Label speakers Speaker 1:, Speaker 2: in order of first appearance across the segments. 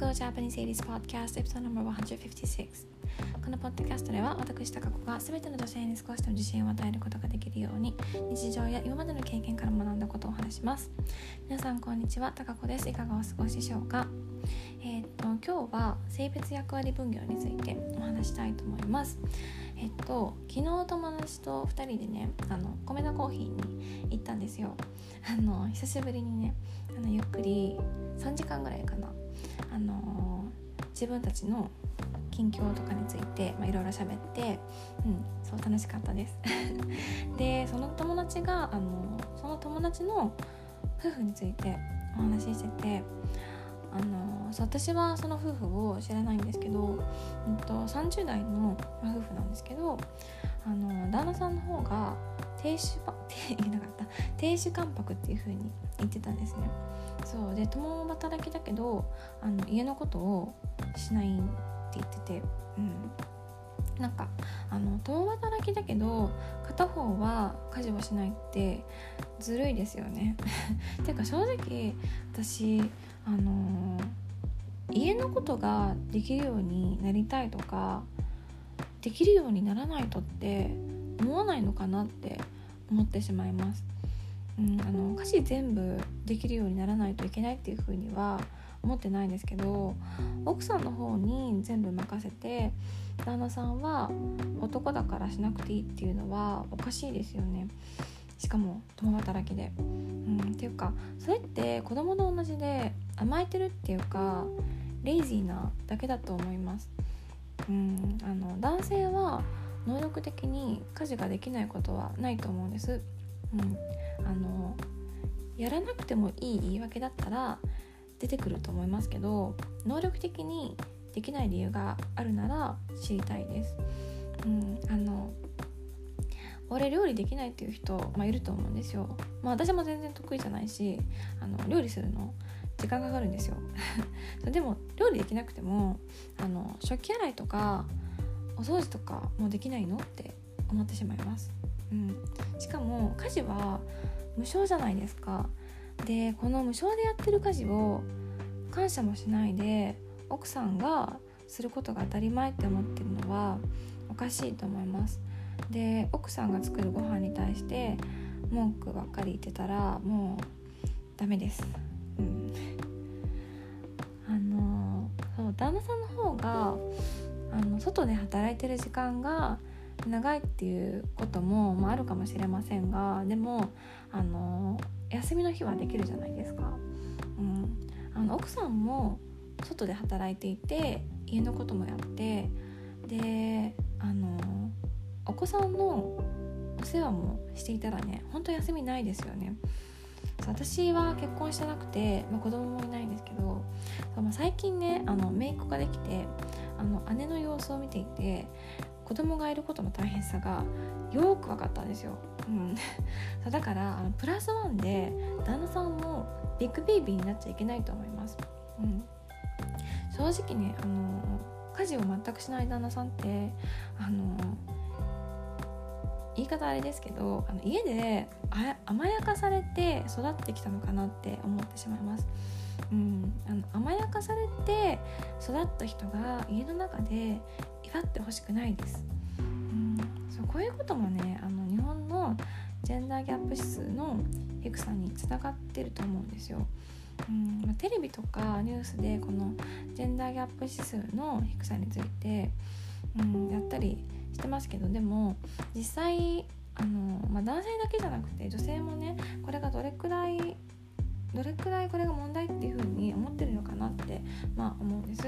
Speaker 1: Hello Japanese Ladies Podcast Episode No.156。 このポッドキャストでは私高子が全ての女性に少しでも自信を与えることができるように日常や今までの経験から学んだことを話します。皆さんこんにちは、高子です。いかがお過ごしでしょうか。今日は性別役割分業についてお話したいと思います。昨日友達と2人でね米田コーヒーに行ったんですよ。久しぶりにねゆっくり3時間ぐらいかな自分たちの近況とかについていろいろ喋って、そう楽しかったですでその友達がその友達の夫婦についてお話ししてて私はその夫婦を知らないんですけど、30代の夫婦なんですけど旦那さんの方が亭主関白っていう風に言ってたんですね。そうで共働きだけど家のことをしないって言ってて、共働きだけど片方は家事をしないってずるいですよねてか正直私家のことができるようになりたいとかできるようにならないとって思わないのかなって思ってしまいます。家事全部できるようにならないといけないっていう風には思ってないんですけど、奥さんの方に全部任せて旦那さんは男だからしなくていいっていうのはおかしいですよね。しかも共働きで、っていうかそれって子供と同じで甘えてるっていうかレイジーなだけだと思います。男性は能力的に家事ができないことはないと思うんです。やらなくてもいい言い訳だったら出てくると思いますけど、能力的にできない理由があるなら知りたいです。俺料理できないっていう人、いると思うんですよ。私も全然得意じゃないし料理するの時間かかるんですよでも料理できなくても食器洗いとかお掃除とかもできないのって思ってしまいます。しかも家事は無償じゃないですか。でこの無償でやってる家事を感謝もしないで奥さんがすることが当たり前って思ってるのはおかしいと思います。で奥さんが作るご飯に対して文句ばっかり言ってたらもうダメです。そう旦那さんの方が外で働いてる時間が長いっていうことも、あるかもしれませんが、でも休みの日はできるじゃないですか。奥さんも外で働いていて家のこともやってでお子さんのお世話もしていたらね本当休みないですよね。私は結婚してなくて、子供もいないんですけど最近ね姪っ子ができて姉の様子を見ていて子供がいることの大変さがよく分かったんですよ。だからプラスワンで旦那さんもビッグベイビーになっちゃいけないと思います。正直ね家事を全くしない旦那さんって言い方あれですけど家で甘やかされて育ってきたのかなって思ってしまいます。甘やかされて育った人が家の中で祝ってほしくないです。こういうこともね日本のジェンダーギャップ指数の低さにつながってると思うんですよ。テレビとかニュースでこのジェンダーギャップ指数の低さについて、やったりしてますけど、でも実際男性だけじゃなくて女性もねこれがどれくらいこれが問題っていう風に思ってるのかなって思うんです。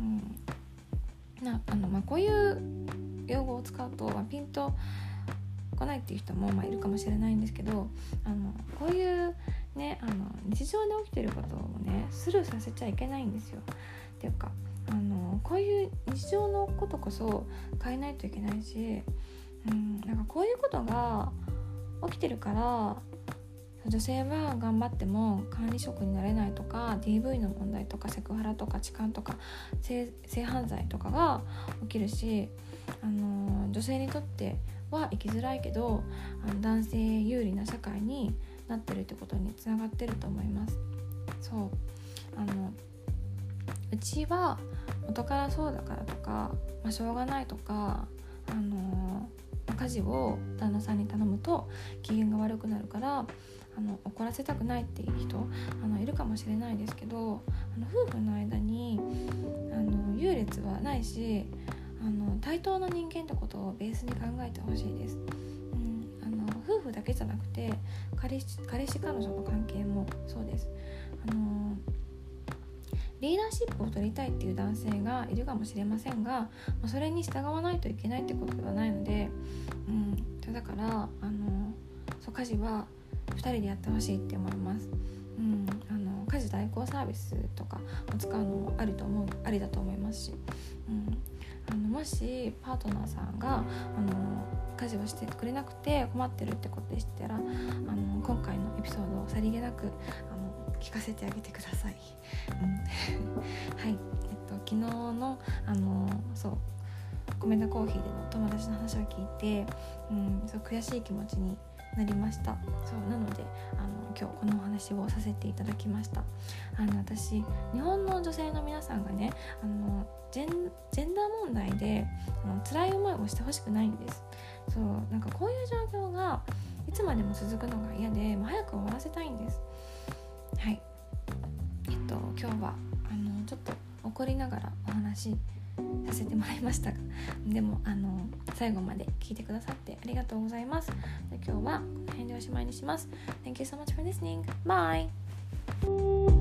Speaker 1: こういう用語を使うと、ピンと来ないっていう人もいるかもしれないんですけどこういうね日常で起きてることをねスルーさせちゃいけないんですよ。っていうかこういう日常のことこそ変えないといけないし、こういうことが起きてるから女性は頑張っても管理職になれないとか DV の問題とかセクハラとか痴漢とか性犯罪とかが起きるし女性にとっては生きづらいけど男性有利な社会になってるってことにつながってると思います。そううちは元からそうだからとか、しょうがないとか、家事を旦那さんに頼むと機嫌が悪くなるから怒らせたくないっていう人いるかもしれないですけど、夫婦の間に優劣はないし、対等な人間ってことをベースに考えてほしいです。夫婦だけじゃなくて彼氏彼女の関係もそうです。リーダーシップを取りたいっていう男性がいるかもしれませんが、それに従わないといけないってことではないので、だから家事は2人でやってほしいって思います。家事代行サービスとかを使うのもありだと思いますし、もしパートナーさんが家事をしてくれなくて困ってるってことでしたら、今回のエピソードをさりげなく聞かせてあげてください。はい、昨日のコメダコーヒーでの友達の話を聞いて、悔しい気持ちになりました。なので今日このお話をさせていただきました。私日本の女性の皆さんがねジェンダー問題で辛い思いをしてほしくないんです。なんかこういう状況がいつまでも続くのが嫌で、早く終わらせたいんです。はい、今日はちょっと怒りながらお話しさせてもらいましたが、でも最後まで聞いてくださってありがとうございます。今日はこの辺でおしまいにします。Thank you so much for listening. Bye!